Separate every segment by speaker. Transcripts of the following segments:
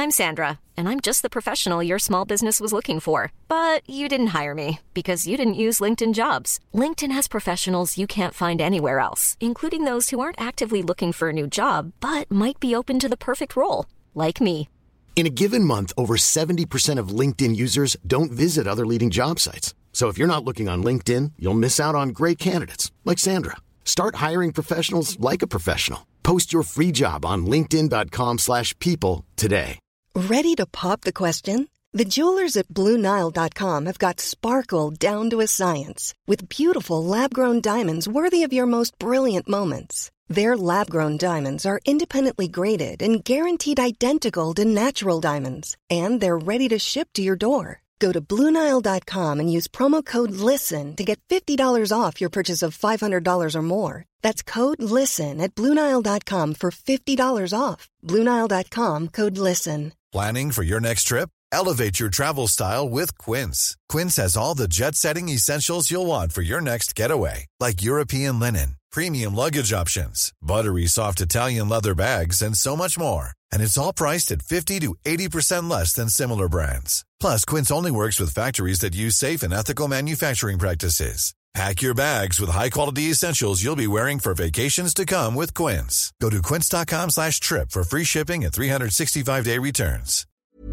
Speaker 1: I'm Sandra, and I'm just the professional your small business was looking for. But you didn't hire me because you didn't use LinkedIn Jobs. LinkedIn has professionals you can't find anywhere else, including those who aren't actively looking for a new job, but might be open to the perfect role, like me.
Speaker 2: In a given month, over 70% of LinkedIn users don't visit other leading job sites. So if you're not looking on LinkedIn, you'll miss out on great candidates like Sandra. Start hiring professionals like a professional. Post your free job on linkedin.com/people today.
Speaker 3: Ready to pop the question? The jewelers at BlueNile.com have got sparkle down to a science with beautiful lab-grown diamonds worthy of your most brilliant moments. Their lab-grown diamonds are independently graded and guaranteed identical to natural diamonds, and they're ready to ship to your door. Go to BlueNile.com and use promo code LISTEN to get $50 off your purchase of $500 or more. That's code LISTEN at BlueNile.com for $50 off. BlueNile.com, code LISTEN.
Speaker 4: Planning for your next trip? Elevate your travel style with Quince. Quince has all the jet-setting essentials you'll want for your next getaway, like European linen, premium luggage options, buttery soft Italian leather bags, and so much more. And it's all priced at 50 to 80% less than similar brands. Plus, Quince only works with factories that use safe and ethical manufacturing practices. Pack your bags with high-quality essentials you'll be wearing for vacations to come with Quince. Go to quince.com/trip for free shipping and 365-day returns.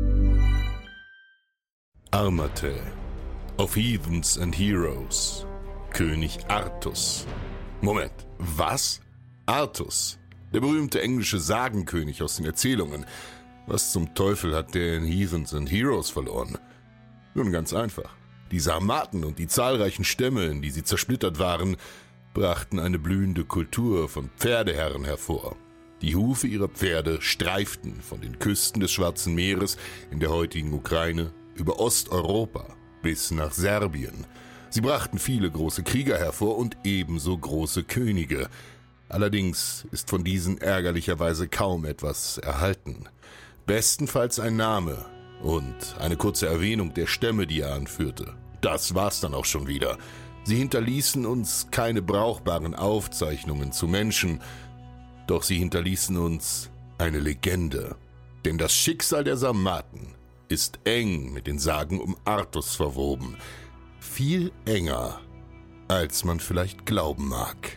Speaker 5: Armate of Heathens and Heroes. König Artus. Moment, was? Artus? Der berühmte englische Sagenkönig aus den Erzählungen. Was zum Teufel hat der in Heathens and Heroes verloren? Nun ganz einfach. Die Sarmaten und die zahlreichen Stämme, in die sie zersplittert waren, brachten eine blühende Kultur von Pferdeherren hervor. Die Hufe ihrer Pferde streiften von den Küsten des Schwarzen Meeres in der heutigen Ukraine über Osteuropa bis nach Serbien. Sie brachten viele große Krieger hervor und ebenso große Könige. Allerdings ist von diesen ärgerlicherweise kaum etwas erhalten. Bestenfalls ein Name und eine kurze Erwähnung der Stämme, die er anführte. Das war's dann auch schon wieder. Sie hinterließen uns keine brauchbaren Aufzeichnungen zu Menschen, doch sie hinterließen uns eine Legende. Denn das Schicksal der Sarmaten ist eng mit den Sagen um Artus verwoben. Viel enger, als man vielleicht glauben mag.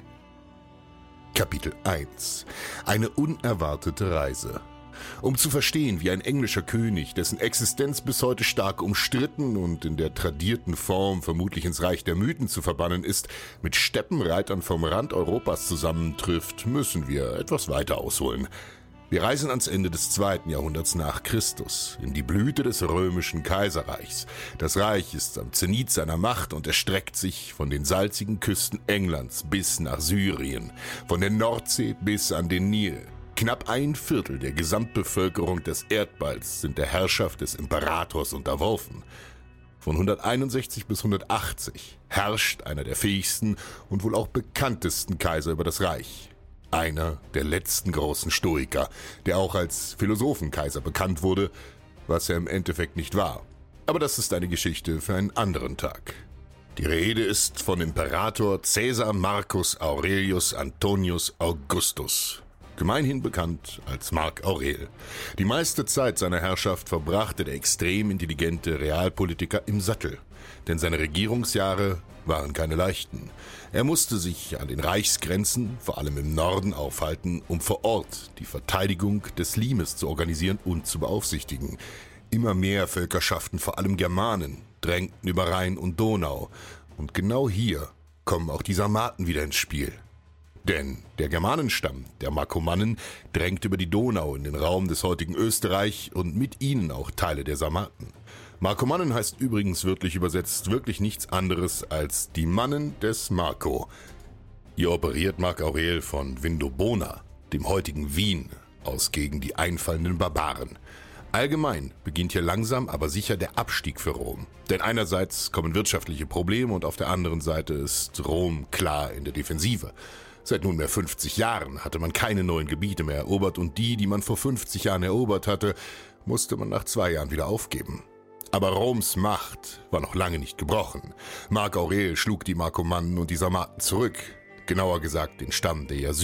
Speaker 5: Kapitel 1. Eine unerwartete Reise. Um zu verstehen, wie ein englischer König, dessen Existenz bis heute stark umstritten und in der tradierten Form vermutlich ins Reich der Mythen zu verbannen ist, mit Steppenreitern vom Rand Europas zusammentrifft, müssen wir etwas weiter ausholen. Wir reisen ans Ende des 2. Jahrhunderts nach Christus, in die Blüte des römischen Kaiserreichs. Das Reich ist am Zenit seiner Macht und erstreckt sich von den salzigen Küsten Englands bis nach Syrien, von der Nordsee bis an den Nil. Knapp 1/4 der Gesamtbevölkerung des Erdballs sind der Herrschaft des Imperators unterworfen. Von 161 bis 180 herrscht einer der fähigsten und wohl auch bekanntesten Kaiser über das Reich. Einer der letzten großen Stoiker, der auch als Philosophenkaiser bekannt wurde, was er im Endeffekt nicht war. Aber das ist eine Geschichte für einen anderen Tag. Die Rede ist von Imperator Caesar Marcus Aurelius Antonius Augustus, gemeinhin bekannt als Mark Aurel. Die meiste Zeit seiner Herrschaft verbrachte der extrem intelligente Realpolitiker im Sattel, denn seine Regierungsjahre waren keine leichten. Er musste sich an den Reichsgrenzen, vor allem im Norden, aufhalten, um vor Ort die Verteidigung des Limes zu organisieren und zu beaufsichtigen. Immer mehr Völkerschaften, vor allem Germanen, drängten über Rhein und Donau. Und genau hier kommen auch die Sarmaten wieder ins Spiel. Denn der Germanenstamm, der Markomannen, drängt über die Donau in den Raum des heutigen Österreich und mit ihnen auch Teile der Sarmaten. Markomannen heißt übrigens wörtlich übersetzt wirklich nichts anderes als die Mannen des Marko. Hier operiert Mark Aurel von Vindobona, dem heutigen Wien, aus gegen die einfallenden Barbaren. Allgemein beginnt hier langsam, aber sicher der Abstieg für Rom. Denn einerseits kommen wirtschaftliche Probleme und auf der anderen Seite ist Rom klar in der Defensive. Seit nunmehr 50 Jahren hatte man keine neuen Gebiete mehr erobert und die man vor 50 Jahren erobert hatte, musste man nach 2 Jahren wieder aufgeben. Aber Roms Macht war noch lange nicht gebrochen. Mark Aurel schlug die Markomannen und die Sarmaten zurück, genauer gesagt den Stamm der Jazygen.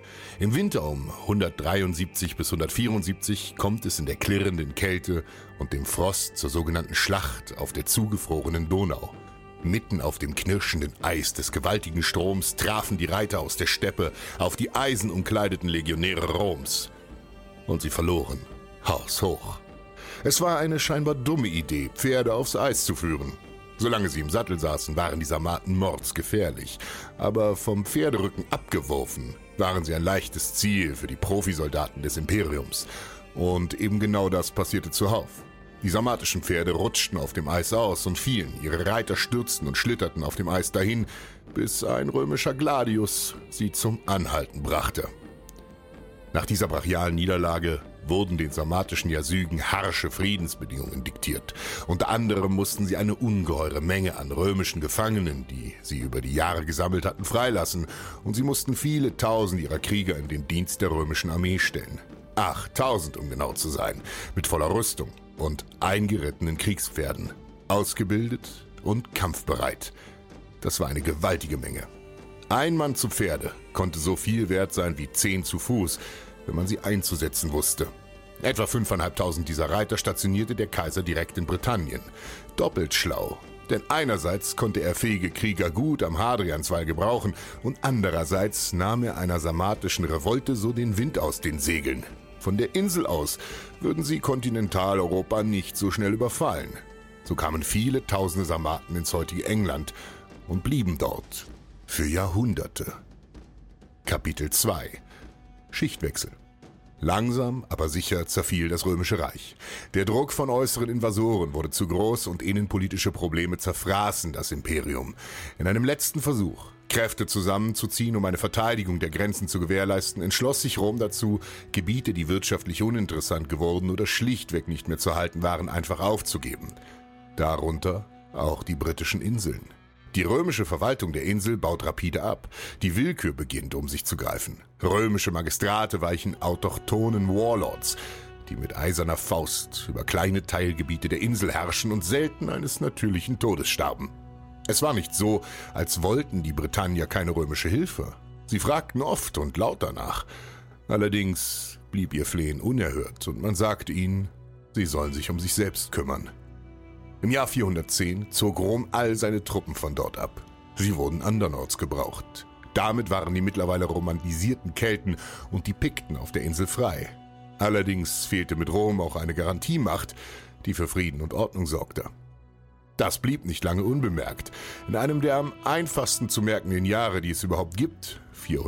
Speaker 5: Im Winter um 173 bis 174 kommt es in der klirrenden Kälte und dem Frost zur sogenannten Schlacht auf der zugefrorenen Donau. Mitten auf dem knirschenden Eis des gewaltigen Stroms trafen die Reiter aus der Steppe auf die eisenumkleideten Legionäre Roms. Und sie verloren, haushoch. Es war eine scheinbar dumme Idee, Pferde aufs Eis zu führen. Solange sie im Sattel saßen, waren die Sarmaten mordsgefährlich. Aber vom Pferderücken abgeworfen waren sie ein leichtes Ziel für die Profisoldaten des Imperiums. Und eben genau das passierte zuhauf. Die sarmatischen Pferde rutschten auf dem Eis aus und fielen. Ihre Reiter stürzten und schlitterten auf dem Eis dahin, bis ein römischer Gladius sie zum Anhalten brachte. Nach dieser brachialen Niederlage wurden den sarmatischen Jazygen harsche Friedensbedingungen diktiert. Unter anderem mussten sie eine ungeheure Menge an römischen Gefangenen, die sie über die Jahre gesammelt hatten, freilassen, und sie mussten viele Tausend ihrer Krieger in den Dienst der römischen Armee stellen. 8000, um genau zu sein, mit voller Rüstung und eingerittenen Kriegspferden, ausgebildet und kampfbereit. Das war eine gewaltige Menge. Ein Mann zu Pferde konnte so viel wert sein wie 10 zu Fuß, wenn man sie einzusetzen wusste. Etwa 5.500 dieser Reiter stationierte der Kaiser direkt in Britannien. Doppelt schlau, denn einerseits konnte er fähige Krieger gut am Hadrianswall gebrauchen und andererseits nahm er einer sarmatischen Revolte so den Wind aus den Segeln. Von der Insel aus würden sie Kontinentaleuropa nicht so schnell überfallen. So kamen viele tausende Sarmaten ins heutige England und blieben dort für Jahrhunderte. Kapitel 2: Schichtwechsel. Langsam, aber sicher zerfiel das Römische Reich. Der Druck von äußeren Invasoren wurde zu groß und innenpolitische Probleme zerfraßen das Imperium. In einem letzten Versuch, Kräfte zusammenzuziehen, um eine Verteidigung der Grenzen zu gewährleisten, entschloss sich Rom dazu, Gebiete, die wirtschaftlich uninteressant geworden oder schlichtweg nicht mehr zu halten waren, einfach aufzugeben. Darunter auch die britischen Inseln. Die römische Verwaltung der Insel baut rapide ab. Die Willkür beginnt, um sich zu greifen. Römische Magistrate weichen autochthonen Warlords, die mit eiserner Faust über kleine Teilgebiete der Insel herrschen und selten eines natürlichen Todes starben. Es war nicht so, als wollten die Britannier keine römische Hilfe. Sie fragten oft und laut danach. Allerdings blieb ihr Flehen unerhört und man sagte ihnen, sie sollen sich um sich selbst kümmern. Im Jahr 410 zog Rom all seine Truppen von dort ab. Sie wurden andernorts gebraucht. Damit waren die mittlerweile romantisierten Kelten und die Pikten auf der Insel frei. Allerdings fehlte mit Rom auch eine Garantiemacht, die für Frieden und Ordnung sorgte. Das blieb nicht lange unbemerkt. In einem der am einfachsten zu merkenden Jahre, die es überhaupt gibt,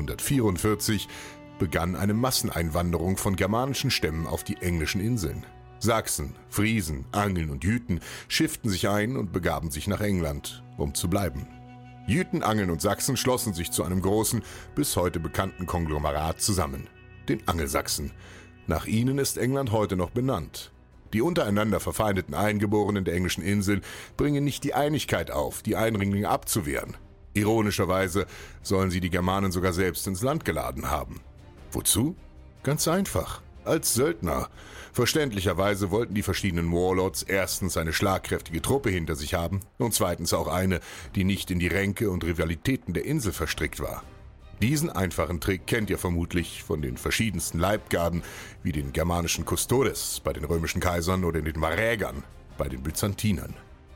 Speaker 5: 444, begann eine Masseneinwanderung von germanischen Stämmen auf die englischen Inseln. Sachsen, Friesen, Angeln und Jüten schifften sich ein und begaben sich nach England, um zu bleiben. Jüten, Angeln und Sachsen schlossen sich zu einem großen, bis heute bekannten Konglomerat zusammen, den Angelsachsen. Nach ihnen ist England heute noch benannt. Die untereinander verfeindeten Eingeborenen der englischen Inseln bringen nicht die Einigkeit auf, die Eindringlinge abzuwehren. Ironischerweise sollen sie die Germanen sogar selbst ins Land geladen haben. Wozu? Ganz einfach. Als Söldner. Verständlicherweise wollten die verschiedenen Warlords erstens eine schlagkräftige Truppe hinter sich haben und zweitens auch eine, die nicht in die Ränke und Rivalitäten der Insel verstrickt war. Diesen einfachen Trick kennt ihr vermutlich von den verschiedensten Leibgarden, wie den germanischen Custodes bei den römischen Kaisern oder den Varägern bei den Byzantinern.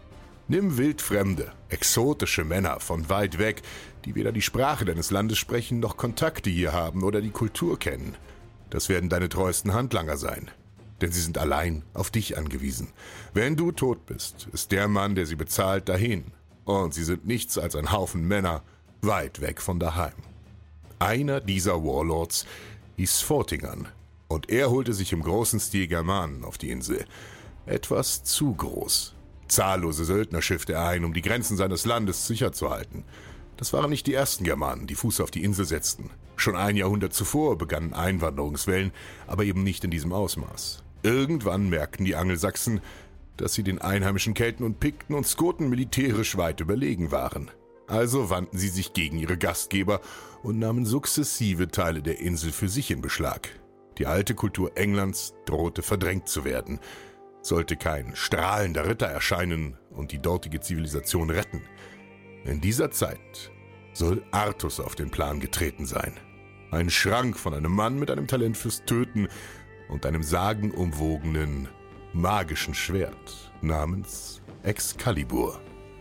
Speaker 5: Nimm wildfremde, exotische Männer von weit weg, die weder die Sprache deines Landes sprechen, noch Kontakte hier haben oder die Kultur kennen. Das werden deine treuesten Handlanger sein, denn sie sind allein auf dich angewiesen. Wenn du tot bist, ist der Mann, der sie bezahlt, dahin. Und sie sind nichts als ein Haufen Männer, weit weg von daheim. Einer dieser Warlords hieß Vortingern, und er holte sich im großen Stil Germanen auf die Insel. Etwas zu groß. Zahllose Söldner schiffte er ein, um die Grenzen seines Landes sicher zu halten. Das waren nicht die ersten Germanen, die Fuß auf die Insel setzten. Schon ein Jahrhundert zuvor begannen Einwanderungswellen, aber eben nicht in diesem Ausmaß. Irgendwann merkten die Angelsachsen, dass sie den einheimischen Kelten und Pikten und Skoten militärisch weit überlegen waren. Also wandten sie sich gegen ihre Gastgeber und nahmen sukzessive Teile der Insel für sich in Beschlag. Die alte Kultur Englands drohte verdrängt zu werden. Sollte kein strahlender Ritter erscheinen und die dortige Zivilisation retten. In dieser Zeit soll Artus auf den Plan getreten sein. Ein Schrank von einem Mann mit einem Talent fürs Töten und einem sagenumwogenen, magischen Schwert namens Excalibur.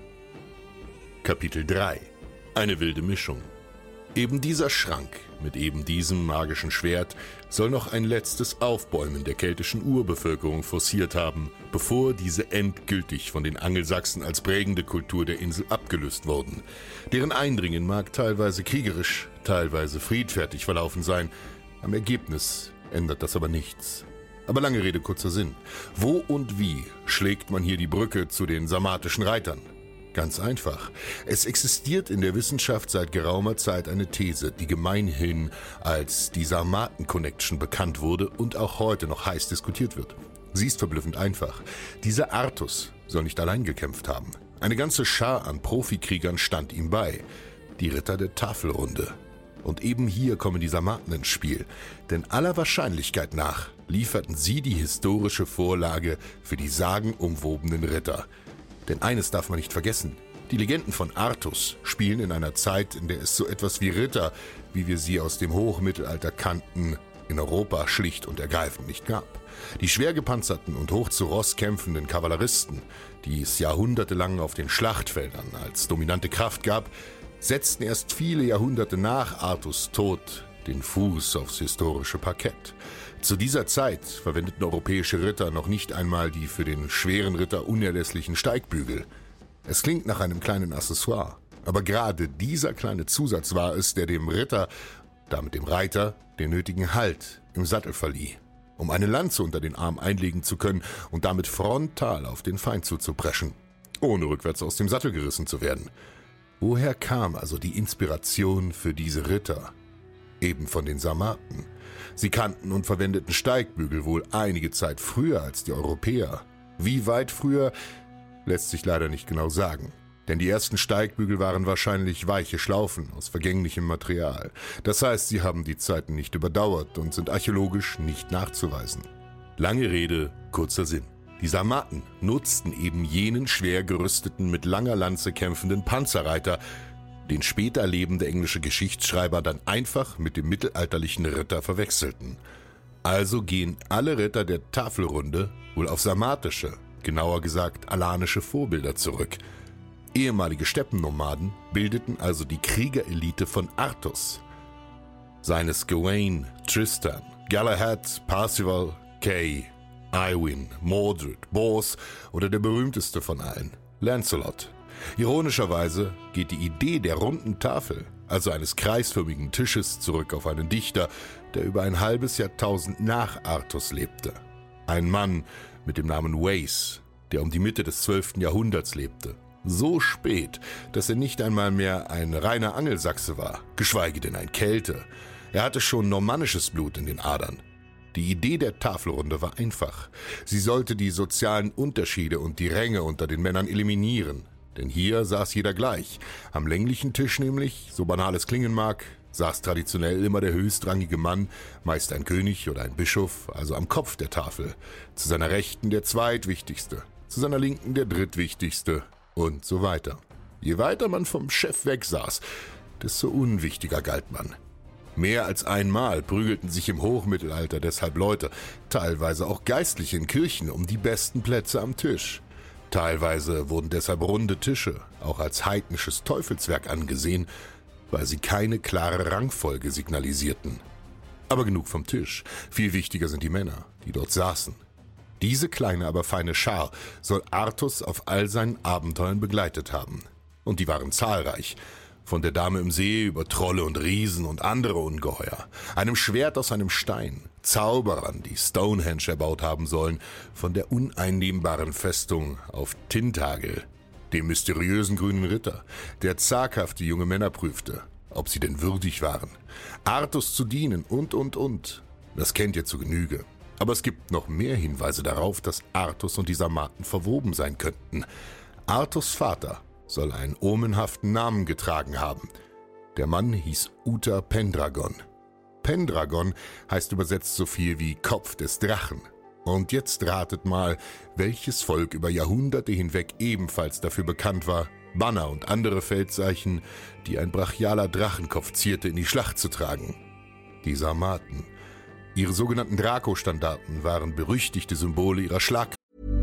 Speaker 5: Kapitel 3 – Eine wilde Mischung. Eben dieser Schrank mit eben diesem magischen Schwert soll noch ein letztes Aufbäumen der keltischen Urbevölkerung forciert haben, bevor diese endgültig von den Angelsachsen als prägende Kultur der Insel abgelöst wurden. Deren Eindringen mag teilweise kriegerisch, teilweise friedfertig verlaufen sein. Am Ergebnis ändert das aber nichts. Aber lange Rede, kurzer Sinn. Wo und wie schlägt man hier die Brücke zu den sarmatischen Reitern? Ganz einfach. Es existiert in der Wissenschaft seit geraumer Zeit eine These, die gemeinhin als die Sarmaten-Connection bekannt wurde und auch heute noch heiß diskutiert wird. Sie ist verblüffend einfach. Dieser Artus soll nicht allein gekämpft haben. Eine ganze Schar an Profikriegern stand ihm bei. Die Ritter der Tafelrunde. Und eben hier kommen die Sarmaten ins Spiel. Denn aller Wahrscheinlichkeit nach lieferten sie die historische Vorlage für die sagenumwobenen Ritter. Denn eines darf man nicht vergessen. Die Legenden von Artus spielen in einer Zeit, in der es so etwas wie Ritter, wie wir sie aus dem Hochmittelalter kannten, in Europa schlicht und ergreifend nicht gab. Die schwer gepanzerten und hoch zu Ross kämpfenden Kavalleristen, die es jahrhundertelang auf den Schlachtfeldern als dominante Kraft gab, setzten erst viele Jahrhunderte nach Artus' Tod den Fuß aufs historische Parkett. Zu dieser Zeit verwendeten europäische Ritter noch nicht einmal die für den schweren Ritter unerlässlichen Steigbügel. Es klingt nach einem kleinen Accessoire, aber gerade dieser kleine Zusatz war es, der dem Ritter, damit dem Reiter, den nötigen Halt im Sattel verlieh, um eine Lanze unter den Arm einlegen zu können und damit frontal auf den Feind zuzupreschen, ohne rückwärts aus dem Sattel gerissen zu werden. Woher kam also die Inspiration für diese Ritter? Eben von den Sarmaten. Sie kannten und verwendeten Steigbügel wohl einige Zeit früher als die Europäer. Wie weit früher, lässt sich leider nicht genau sagen. Denn die ersten Steigbügel waren wahrscheinlich weiche Schlaufen aus vergänglichem Material. Das heißt, sie haben die Zeiten nicht überdauert und sind archäologisch nicht nachzuweisen. Lange Rede, kurzer Sinn. Die Sarmaten nutzten eben jenen schwer gerüsteten, mit langer Lanze kämpfenden Panzerreiter, den später lebende englische Geschichtsschreiber dann einfach mit dem mittelalterlichen Ritter verwechselten. Also gehen alle Ritter der Tafelrunde wohl auf sarmatische, genauer gesagt alanische Vorbilder zurück. Ehemalige Steppennomaden bildeten also die Kriegerelite von Artus. Seines Gawain, Tristan, Galahad, Parzival, Kay, Iwin, Mordred, Bors oder der berühmteste von allen, Lancelot. Ironischerweise geht die Idee der runden Tafel, also eines kreisförmigen Tisches, zurück auf einen Dichter, der über ein halbes Jahrtausend nach Artus lebte. Ein Mann mit dem Namen Wace, der um die Mitte des 12. Jahrhunderts lebte. So spät, dass er nicht einmal mehr ein reiner Angelsachse war, geschweige denn ein Kelte. Er hatte schon normannisches Blut in den Adern. Die Idee der Tafelrunde war einfach. Sie sollte die sozialen Unterschiede und die Ränge unter den Männern eliminieren. Denn hier saß jeder gleich. Am länglichen Tisch nämlich, so banal es klingen mag, saß traditionell immer der höchstrangige Mann, meist ein König oder ein Bischof, also am Kopf der Tafel. Zu seiner Rechten der zweitwichtigste, zu seiner Linken der drittwichtigste und so weiter. Je weiter man vom Chef weg saß, desto unwichtiger galt man. Mehr als einmal prügelten sich im Hochmittelalter deshalb Leute, teilweise auch Geistliche in Kirchen, um die besten Plätze am Tisch. Teilweise wurden deshalb runde Tische auch als heidnisches Teufelswerk angesehen, weil sie keine klare Rangfolge signalisierten. Aber genug vom Tisch. Viel wichtiger sind die Männer, die dort saßen. Diese kleine, aber feine Schar soll Artus auf all seinen Abenteuern begleitet haben. Und die waren zahlreich. Von der Dame im See über Trolle und Riesen und andere Ungeheuer, einem Schwert aus einem Stein, Zauberern, die Stonehenge erbaut haben sollen, von der uneinnehmbaren Festung auf Tintagel, dem mysteriösen grünen Ritter, der zaghaft die junge Männer prüfte, ob sie denn würdig waren, Artus zu dienen und. Das kennt ihr zu Genüge. Aber es gibt noch mehr Hinweise darauf, dass Artus und die Sarmaten verwoben sein könnten. Artus' Vater soll einen omenhaften Namen getragen haben. Der Mann hieß Uther Pendragon. Pendragon heißt übersetzt so viel wie Kopf des Drachen. Und jetzt ratet mal, welches Volk über Jahrhunderte hinweg ebenfalls dafür bekannt war, Banner und andere Feldzeichen, die ein brachialer Drachenkopf zierte, in die Schlacht zu tragen. die Sarmaten. Ihre sogenannten Draco-Standarten waren berüchtigte Symbole ihrer Schlagkraft.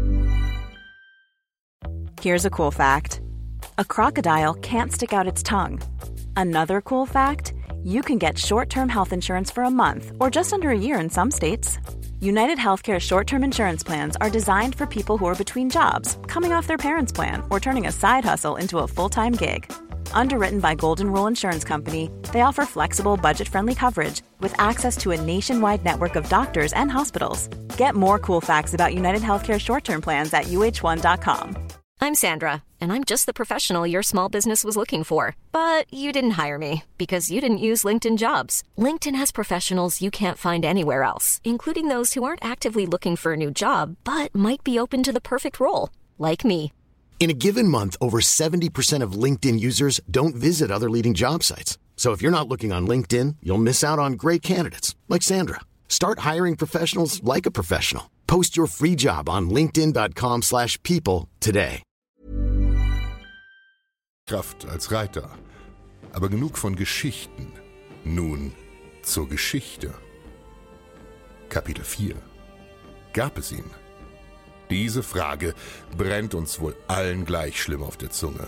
Speaker 6: Here's a cool fact. A crocodile can't stick out its tongue. Another cool fact, you can get short-term health insurance for a month or just under a year in some states. United Healthcare short-term insurance plans are designed for people who are between jobs, coming off their parents' plan, or turning a side hustle into a full-time gig. Underwritten by Golden Rule Insurance Company, they offer flexible, budget-friendly coverage with access to a nationwide network of doctors and hospitals. Get more cool facts about United Healthcare short-term plans at uh1.com.
Speaker 1: I'm Sandra, and I'm just the professional your small business was looking for. But you didn't hire me because you didn't use LinkedIn Jobs. LinkedIn has professionals you can't find anywhere else, including those who aren't actively looking for a new job, but might be open to the perfect role, like me.
Speaker 2: In a given month, over 70% of LinkedIn users don't visit other leading job sites. So if you're not looking on LinkedIn, you'll miss out on great candidates like Sandra. Start hiring professionals like a professional. Post your free job on linkedin.com/people today.
Speaker 5: Kraft als Reiter. Aber genug von Geschichten. Nun zur Geschichte. Kapitel 4. Gab es ihn? Diese Frage brennt uns wohl allen gleich schlimm auf der Zunge.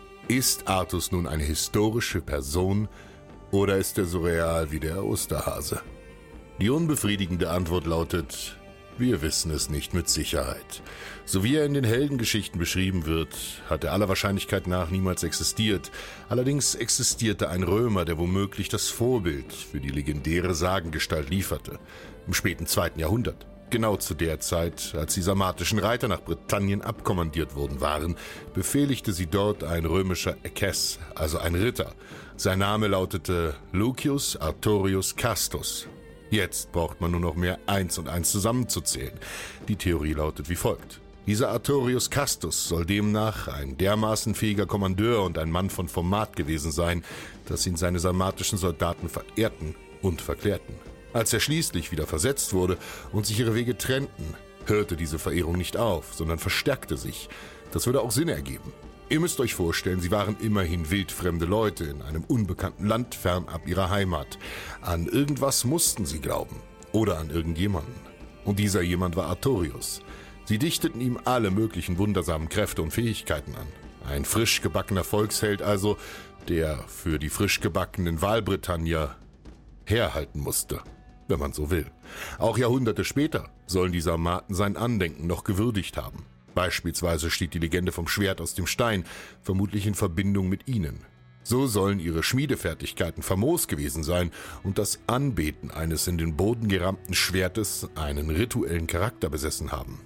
Speaker 5: Ist Artus nun eine historische Person oder ist er so real wie der Osterhase? Die unbefriedigende Antwort lautet: Wir wissen es nicht mit Sicherheit. So wie er in den Heldengeschichten beschrieben wird, hat er aller Wahrscheinlichkeit nach niemals existiert. Allerdings existierte ein Römer, der womöglich das Vorbild für die legendäre Sagengestalt lieferte. Im späten 2. Jahrhundert. Genau zu der Zeit, als die sarmatischen Reiter nach Britannien abkommandiert worden waren, befehligte sie dort ein römischer Ekes, also ein Ritter. Sein Name lautete Lucius Artorius Castus. Jetzt braucht man nur noch mehr 1 und 1 zusammenzuzählen. Die Theorie lautet wie folgt. Dieser Artorius Castus soll demnach ein dermaßen fähiger Kommandeur und ein Mann von Format gewesen sein, dass ihn seine sarmatischen Soldaten verehrten und verklärten. Als er schließlich wieder versetzt wurde und sich ihre Wege trennten, hörte diese Verehrung nicht auf, sondern verstärkte sich. Das würde auch Sinn ergeben. Ihr müsst euch vorstellen, sie waren immerhin wildfremde Leute in einem unbekannten Land fernab ihrer Heimat. An irgendwas mussten sie glauben. Oder an irgendjemanden. Und dieser jemand war Artorius. Sie dichteten ihm alle möglichen wundersamen Kräfte und Fähigkeiten an. Ein frisch gebackener Volksheld also, der für die frisch gebackenen Wahlbritannier herhalten musste, wenn man so will. Auch Jahrhunderte später sollen die Sarmaten sein Andenken noch gewürdigt haben. Beispielsweise steht die Legende vom Schwert aus dem Stein, vermutlich in Verbindung mit ihnen. So sollen ihre Schmiedefertigkeiten famos gewesen sein und das Anbeten eines in den Boden gerammten Schwertes einen rituellen Charakter besessen haben.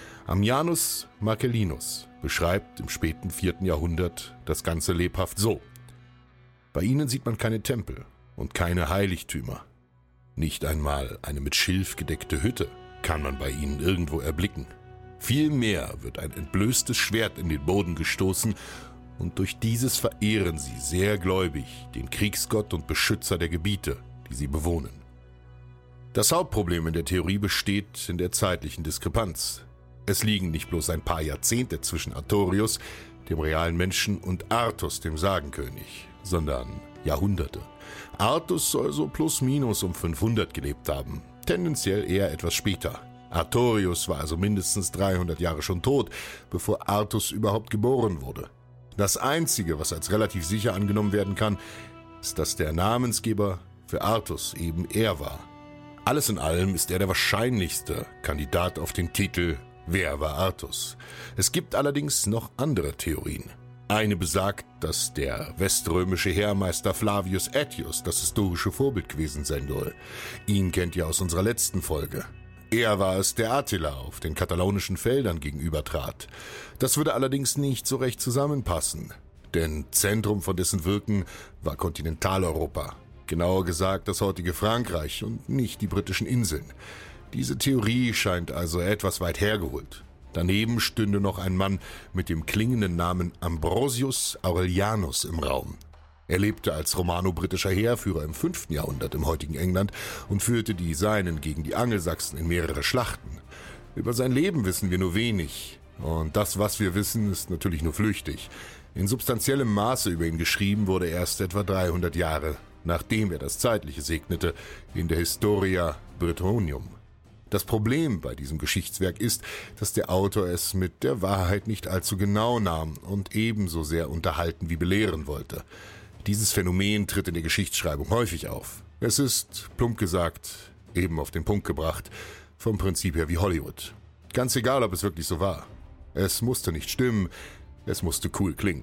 Speaker 5: Ammianus Marcellinus beschreibt im späten 4. Jahrhundert das Ganze lebhaft so: Bei ihnen sieht man keine Tempel und keine Heiligtümer. Nicht einmal eine mit Schilf gedeckte Hütte kann man bei ihnen irgendwo erblicken. Vielmehr wird ein entblößtes Schwert in den Boden gestoßen und durch dieses verehren sie sehr gläubig den Kriegsgott und Beschützer der Gebiete, die sie bewohnen. Das Hauptproblem in der Theorie besteht in der zeitlichen Diskrepanz. Es liegen nicht bloß ein paar Jahrzehnte zwischen Artorius, dem realen Menschen, und Artus, dem Sagenkönig, sondern Jahrhunderte. Artus soll so plus minus um 500 gelebt haben, tendenziell eher etwas später. Artorius war also mindestens 300 Jahre schon tot, bevor Artus überhaupt geboren wurde. Das Einzige, was als relativ sicher angenommen werden kann, ist, dass der Namensgeber für Artus eben er war. Alles in allem ist er der wahrscheinlichste Kandidat auf den Titel Wer war Artus? Es gibt allerdings noch andere Theorien. Eine besagt, dass der weströmische Heermeister Flavius Aetius das historische Vorbild gewesen sein soll. Ihn kennt ihr aus unserer letzten Folge. Er war es, der Attila auf den katalonischen Feldern gegenübertrat. Das würde allerdings nicht so recht zusammenpassen, denn Zentrum von dessen Wirken war Kontinentaleuropa. Genauer gesagt das heutige Frankreich und nicht die britischen Inseln. Diese Theorie scheint also etwas weit hergeholt. Daneben stünde noch ein Mann mit dem klingenden Namen Ambrosius Aurelianus im Raum. Er lebte als romano-britischer Heerführer im 5. Jahrhundert im heutigen England und führte die Seinen gegen die Angelsachsen in mehrere Schlachten. Über sein Leben wissen wir nur wenig. Und das, was wir wissen, ist natürlich nur flüchtig. In substanziellem Maße über ihn geschrieben wurde erst etwa 300 Jahre nachdem er das Zeitliche segnete, in der Historia Britannium. Das Problem bei diesem Geschichtswerk ist, dass der Autor es mit der Wahrheit nicht allzu genau nahm und ebenso sehr unterhalten wie belehren wollte. Dieses Phänomen tritt in der Geschichtsschreibung häufig auf. Es ist, plump gesagt, eben auf den Punkt gebracht, vom Prinzip her wie Hollywood. Ganz egal, ob es wirklich so war. Es musste nicht stimmen, es musste cool klingen.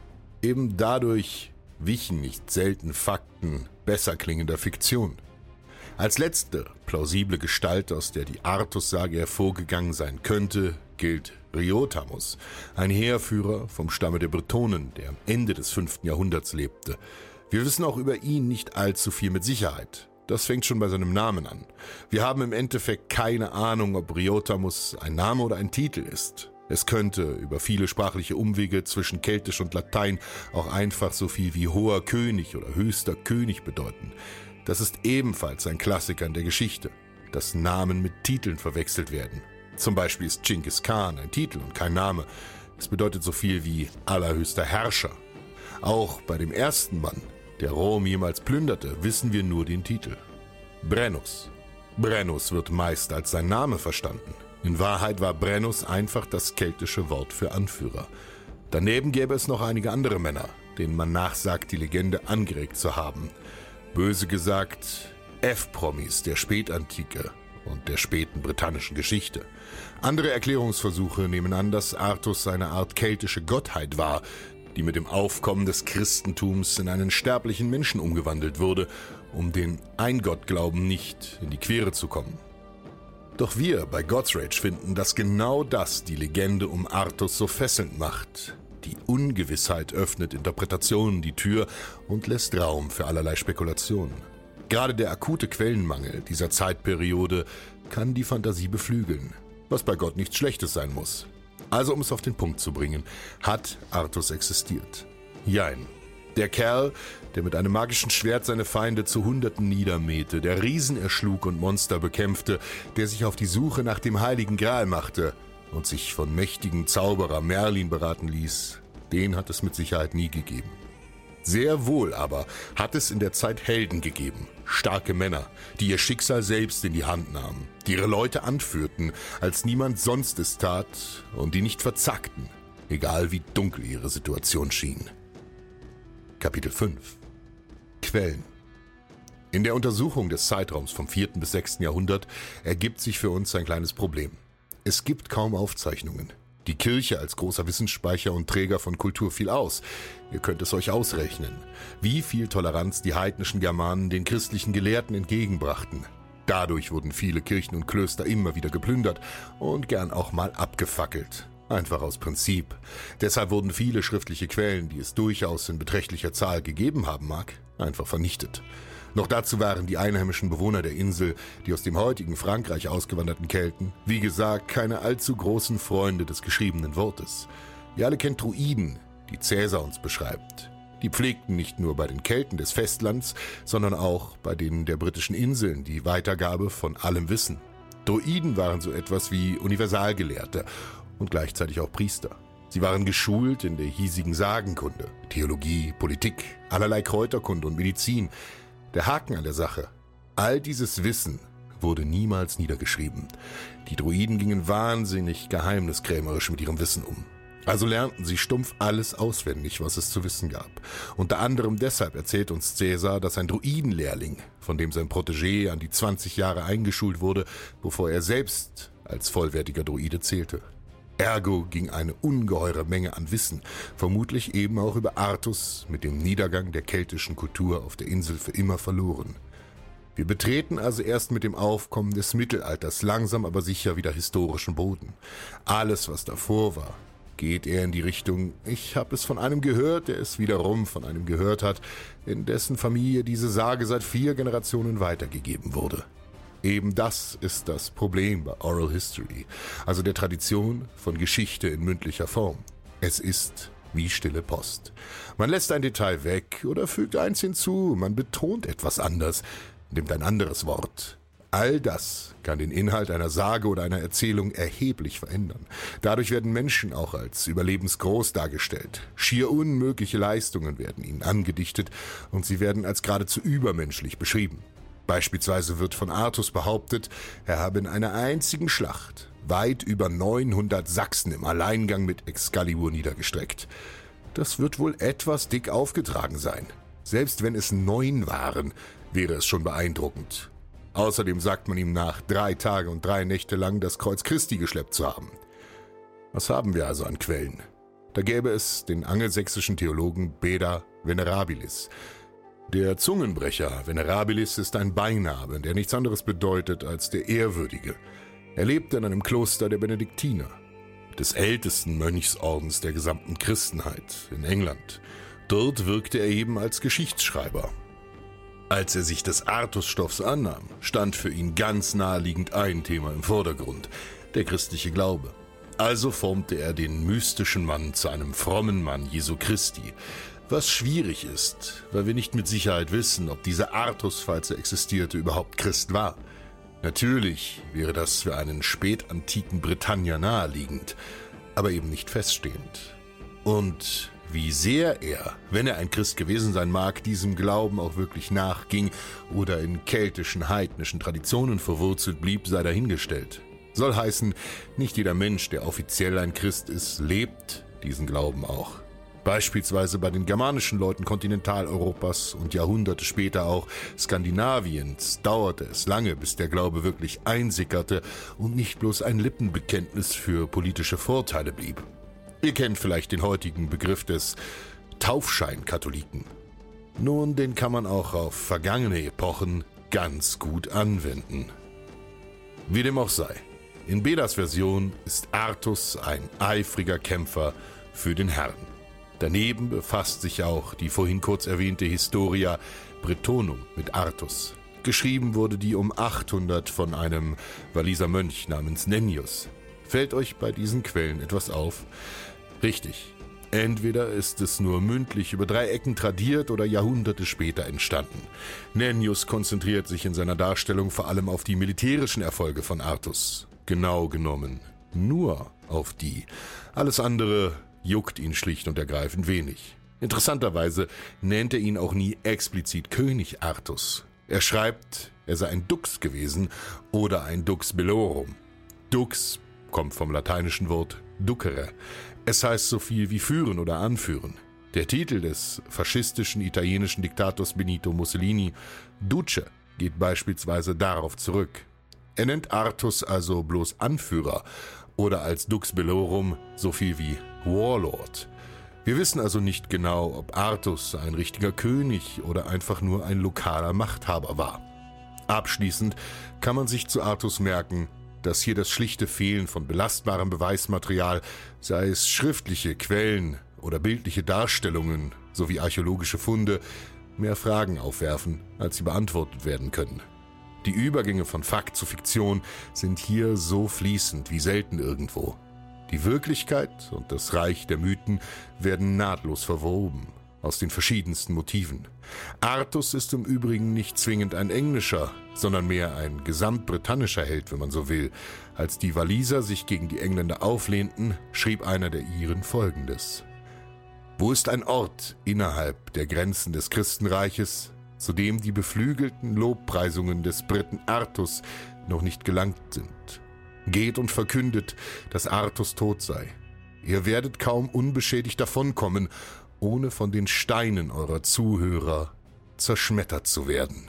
Speaker 5: Eben dadurch wichen nicht selten Fakten besser klingender Fiktion. Als letzte plausible Gestalt, aus der die Artus-Sage hervorgegangen sein könnte, gilt Riotamus, ein Heerführer vom Stamme der Bretonen, der am Ende des 5. Jahrhunderts lebte. Wir wissen auch über ihn nicht allzu viel mit Sicherheit. Das fängt schon bei seinem Namen an. Wir haben im Endeffekt keine Ahnung, ob Riotamus ein Name oder ein Titel ist. Es könnte über viele sprachliche Umwege zwischen Keltisch und Latein auch einfach so viel wie hoher König oder höchster König bedeuten. Das ist ebenfalls ein Klassiker in der Geschichte, dass Namen mit Titeln verwechselt werden. Zum Beispiel ist Genghis Khan ein Titel und kein Name. Es bedeutet so viel wie allerhöchster Herrscher. Auch bei dem ersten Mann, der Rom jemals plünderte, wissen wir nur den Titel. Brennus. Brennus wird meist als sein Name verstanden. In Wahrheit war Brennus einfach das keltische Wort für Anführer. Daneben gäbe es noch einige andere Männer, denen man nachsagt, die Legende angeregt zu haben. Böse gesagt, F-Promis der Spätantike und der späten britannischen Geschichte. Andere Erklärungsversuche nehmen an, dass Artus eine Art keltische Gottheit war, die mit dem Aufkommen des Christentums in einen sterblichen Menschen umgewandelt wurde, um den Eingottglauben nicht in die Quere zu kommen. Doch wir bei God's Rage finden, dass genau das die Legende um Artus so fesselnd macht. Die Ungewissheit öffnet Interpretationen die Tür und lässt Raum für allerlei Spekulationen. Gerade der akute Quellenmangel dieser Zeitperiode kann die Fantasie beflügeln, was bei Gott nichts Schlechtes sein muss. Also um es auf den Punkt zu bringen, hat Artus existiert? Jein. Der Kerl, der mit einem magischen Schwert seine Feinde zu Hunderten niedermähte, der Riesen erschlug und Monster bekämpfte, der sich auf die Suche nach dem Heiligen Gral machte und sich von mächtigen Zauberer Merlin beraten ließ, den hat es mit Sicherheit nie gegeben. Sehr wohl aber hat es in der Zeit Helden gegeben, starke Männer, die ihr Schicksal selbst in die Hand nahmen, die ihre Leute anführten, als niemand sonst es tat und die nicht verzackten, egal wie dunkel ihre Situation schien. Kapitel 5 Quellen. In der Untersuchung des Zeitraums vom 4. bis 6. Jahrhundert ergibt sich für uns ein kleines Problem. Es gibt kaum Aufzeichnungen. Die Kirche als großer Wissensspeicher und Träger von Kultur fiel aus. Ihr könnt es euch ausrechnen, wie viel Toleranz die heidnischen Germanen den christlichen Gelehrten entgegenbrachten. Dadurch wurden viele Kirchen und Klöster immer wieder geplündert und gern auch mal abgefackelt. Einfach aus Prinzip. Deshalb wurden viele schriftliche Quellen, die es durchaus in beträchtlicher Zahl gegeben haben mag, einfach vernichtet. Noch dazu waren die einheimischen Bewohner der Insel, die aus dem heutigen Frankreich ausgewanderten Kelten, wie gesagt, keine allzu großen Freunde des geschriebenen Wortes. Ihr alle kennt Druiden, die Cäsar uns beschreibt. Die pflegten nicht nur bei den Kelten des Festlands, sondern auch bei denen der britischen Inseln die Weitergabe von allem Wissen. Druiden waren so etwas wie Universalgelehrte und gleichzeitig auch Priester. Sie waren geschult in der hiesigen Sagenkunde, Theologie, Politik, allerlei Kräuterkunde und Medizin. Der Haken an der Sache: all dieses Wissen wurde niemals niedergeschrieben. Die Druiden gingen wahnsinnig geheimniskrämerisch mit ihrem Wissen um. Also lernten sie stumpf alles auswendig, was es zu wissen gab. Unter anderem deshalb erzählt uns Cäsar, dass ein Druidenlehrling, von dem sein Protégé an die 20 Jahre eingeschult wurde, bevor er selbst als vollwertiger Druide zählte. Ergo ging eine ungeheure Menge an Wissen, vermutlich eben auch über Artus, mit dem Niedergang der keltischen Kultur auf der Insel für immer verloren. Wir betreten also erst mit dem Aufkommen des Mittelalters langsam aber sicher wieder historischen Boden. Alles, was davor war, geht eher in die Richtung, ich habe es von einem gehört, der es wiederum von einem gehört hat, in dessen Familie diese Sage seit 4 Generationen weitergegeben wurde. Eben das ist das Problem bei Oral History, also der Tradition von Geschichte in mündlicher Form. Es ist wie stille Post. Man lässt ein Detail weg oder fügt eins hinzu, man betont etwas anders, nimmt ein anderes Wort. All das kann den Inhalt einer Sage oder einer Erzählung erheblich verändern. Dadurch werden Menschen auch als überlebensgroß dargestellt. Schier unmögliche Leistungen werden ihnen angedichtet und sie werden als geradezu übermenschlich beschrieben. Beispielsweise wird von Artus behauptet, er habe in einer einzigen Schlacht weit über 900 Sachsen im Alleingang mit Excalibur niedergestreckt. Das wird wohl etwas dick aufgetragen sein. Selbst wenn es 9 waren, wäre es schon beeindruckend. Außerdem sagt man ihm nach, 3 Tage und 3 Nächte lang das Kreuz Christi geschleppt zu haben. Was haben wir also an Quellen? Da gäbe es den angelsächsischen Theologen Beda Venerabilis. Der Zungenbrecher Venerabilis ist ein Beiname, der nichts anderes bedeutet als der Ehrwürdige. Er lebte in einem Kloster der Benediktiner, des ältesten Mönchsordens der gesamten Christenheit in England. Dort wirkte er eben als Geschichtsschreiber. Als er sich des Artusstoffs annahm, stand für ihn ganz naheliegend ein Thema im Vordergrund, der christliche Glaube. Also formte er den mystischen Mann zu einem frommen Mann Jesu Christi, was schwierig ist, weil wir nicht mit Sicherheit wissen, ob dieser Artus, falls er existierte, überhaupt Christ war. Natürlich wäre das für einen spätantiken Britannier naheliegend, aber eben nicht feststehend. Und wie sehr er, wenn er ein Christ gewesen sein mag, diesem Glauben auch wirklich nachging oder in keltischen, heidnischen Traditionen verwurzelt blieb, sei dahingestellt. Soll heißen, nicht jeder Mensch, der offiziell ein Christ ist, lebt diesen Glauben auch. Beispielsweise bei den germanischen Leuten Kontinentaleuropas und Jahrhunderte später auch Skandinaviens dauerte es lange, bis der Glaube wirklich einsickerte und nicht bloß ein Lippenbekenntnis für politische Vorteile blieb. Ihr kennt vielleicht den heutigen Begriff des Taufscheinkatholiken. Nun, den kann man auch auf vergangene Epochen ganz gut anwenden. Wie dem auch sei, in Bedas Version ist Artus ein eifriger Kämpfer für den Herrn. Daneben befasst sich auch die vorhin kurz erwähnte Historia Bretonum mit Artus. Geschrieben wurde die um 800 von einem Walliser Mönch namens Nennius. Fällt euch bei diesen Quellen etwas auf? Richtig. Entweder ist es nur mündlich über 3 Ecken tradiert oder Jahrhunderte später entstanden. Nennius konzentriert sich in seiner Darstellung vor allem auf die militärischen Erfolge von Artus. Genau genommen nur auf die. Alles andere juckt ihn schlicht und ergreifend wenig. Interessanterweise nennt er ihn auch nie explizit König Artus. Er schreibt, er sei ein Dux gewesen oder ein Dux bellorum. Dux kommt vom lateinischen Wort ducere. Es heißt so viel wie führen oder anführen. Der Titel des faschistischen italienischen Diktators Benito Mussolini, Duce, geht beispielsweise darauf zurück. Er nennt Artus also bloß Anführer oder als Dux bellorum so viel wie Warlord. Wir wissen also nicht genau, ob Artus ein richtiger König oder einfach nur ein lokaler Machthaber war. Abschließend kann man sich zu Artus merken, dass hier das schlichte Fehlen von belastbarem Beweismaterial, sei es schriftliche Quellen oder bildliche Darstellungen sowie archäologische Funde, mehr Fragen aufwerfen, als sie beantwortet werden können. Die Übergänge von Fakt zu Fiktion sind hier so fließend wie selten irgendwo. Die Wirklichkeit und das Reich der Mythen werden nahtlos verwoben, aus den verschiedensten Motiven. Artus ist im Übrigen nicht zwingend ein englischer, sondern mehr ein gesamtbritannischer Held, wenn man so will. Als die Walliser sich gegen die Engländer auflehnten, schrieb einer der Iren Folgendes: Wo ist ein Ort innerhalb der Grenzen des Christenreiches, zu dem die beflügelten Lobpreisungen des Briten Artus noch nicht gelangt sind? Geht und verkündet, dass Artus tot sei. Ihr werdet kaum unbeschädigt davonkommen, ohne von den Steinen eurer Zuhörer zerschmettert zu werden.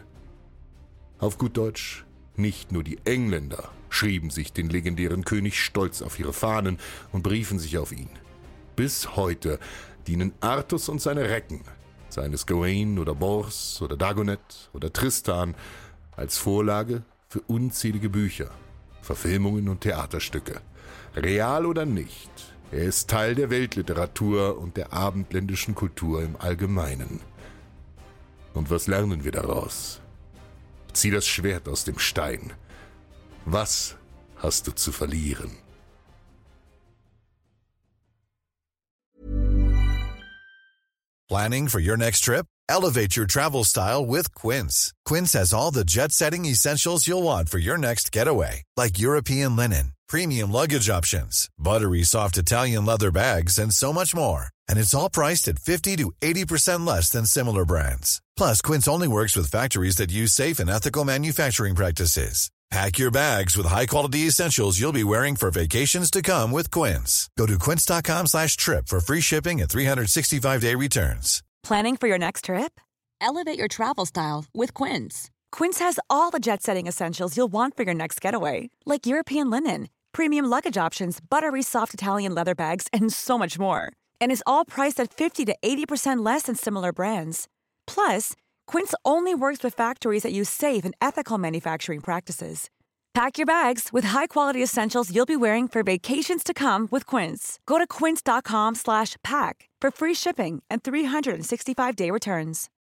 Speaker 5: Auf gut Deutsch, nicht nur die Engländer schrieben sich den legendären König stolz auf ihre Fahnen und beriefen sich auf ihn. Bis heute dienen Artus und seine Recken, seien es Gawain oder Bors oder Dagonet oder Tristan, als Vorlage für unzählige Bücher, Verfilmungen und Theaterstücke. Real oder nicht, er ist Teil der Weltliteratur und der abendländischen Kultur im Allgemeinen. Und was lernen wir daraus? Zieh das Schwert aus dem Stein. Was hast du zu verlieren?
Speaker 4: Planning for your next trip? Elevate your travel style with Quince. Quince has all the jet-setting essentials you'll want for your next getaway, like European linen, premium luggage options, buttery soft Italian leather bags, and so much more. And it's all priced at 50 to 80% less than similar brands. Plus, Quince only works with factories that use safe and ethical manufacturing practices. Pack your bags with high-quality essentials you'll be wearing for vacations to come with Quince. Go to quince.com/trip for free shipping and 365-day returns.
Speaker 6: Planning for your next trip?
Speaker 7: Elevate your travel style with Quince.
Speaker 6: Quince has all the jet-setting essentials you'll want for your next getaway, like European linen, premium luggage options, buttery soft Italian leather bags, and so much more. And is all priced at 50 to 80% less than similar brands. Plus, Quince only works with factories that use safe and ethical manufacturing practices. Pack your bags with high-quality essentials you'll be wearing for vacations to come with Quince. Go to quince.com/pack for free shipping and 365-day returns.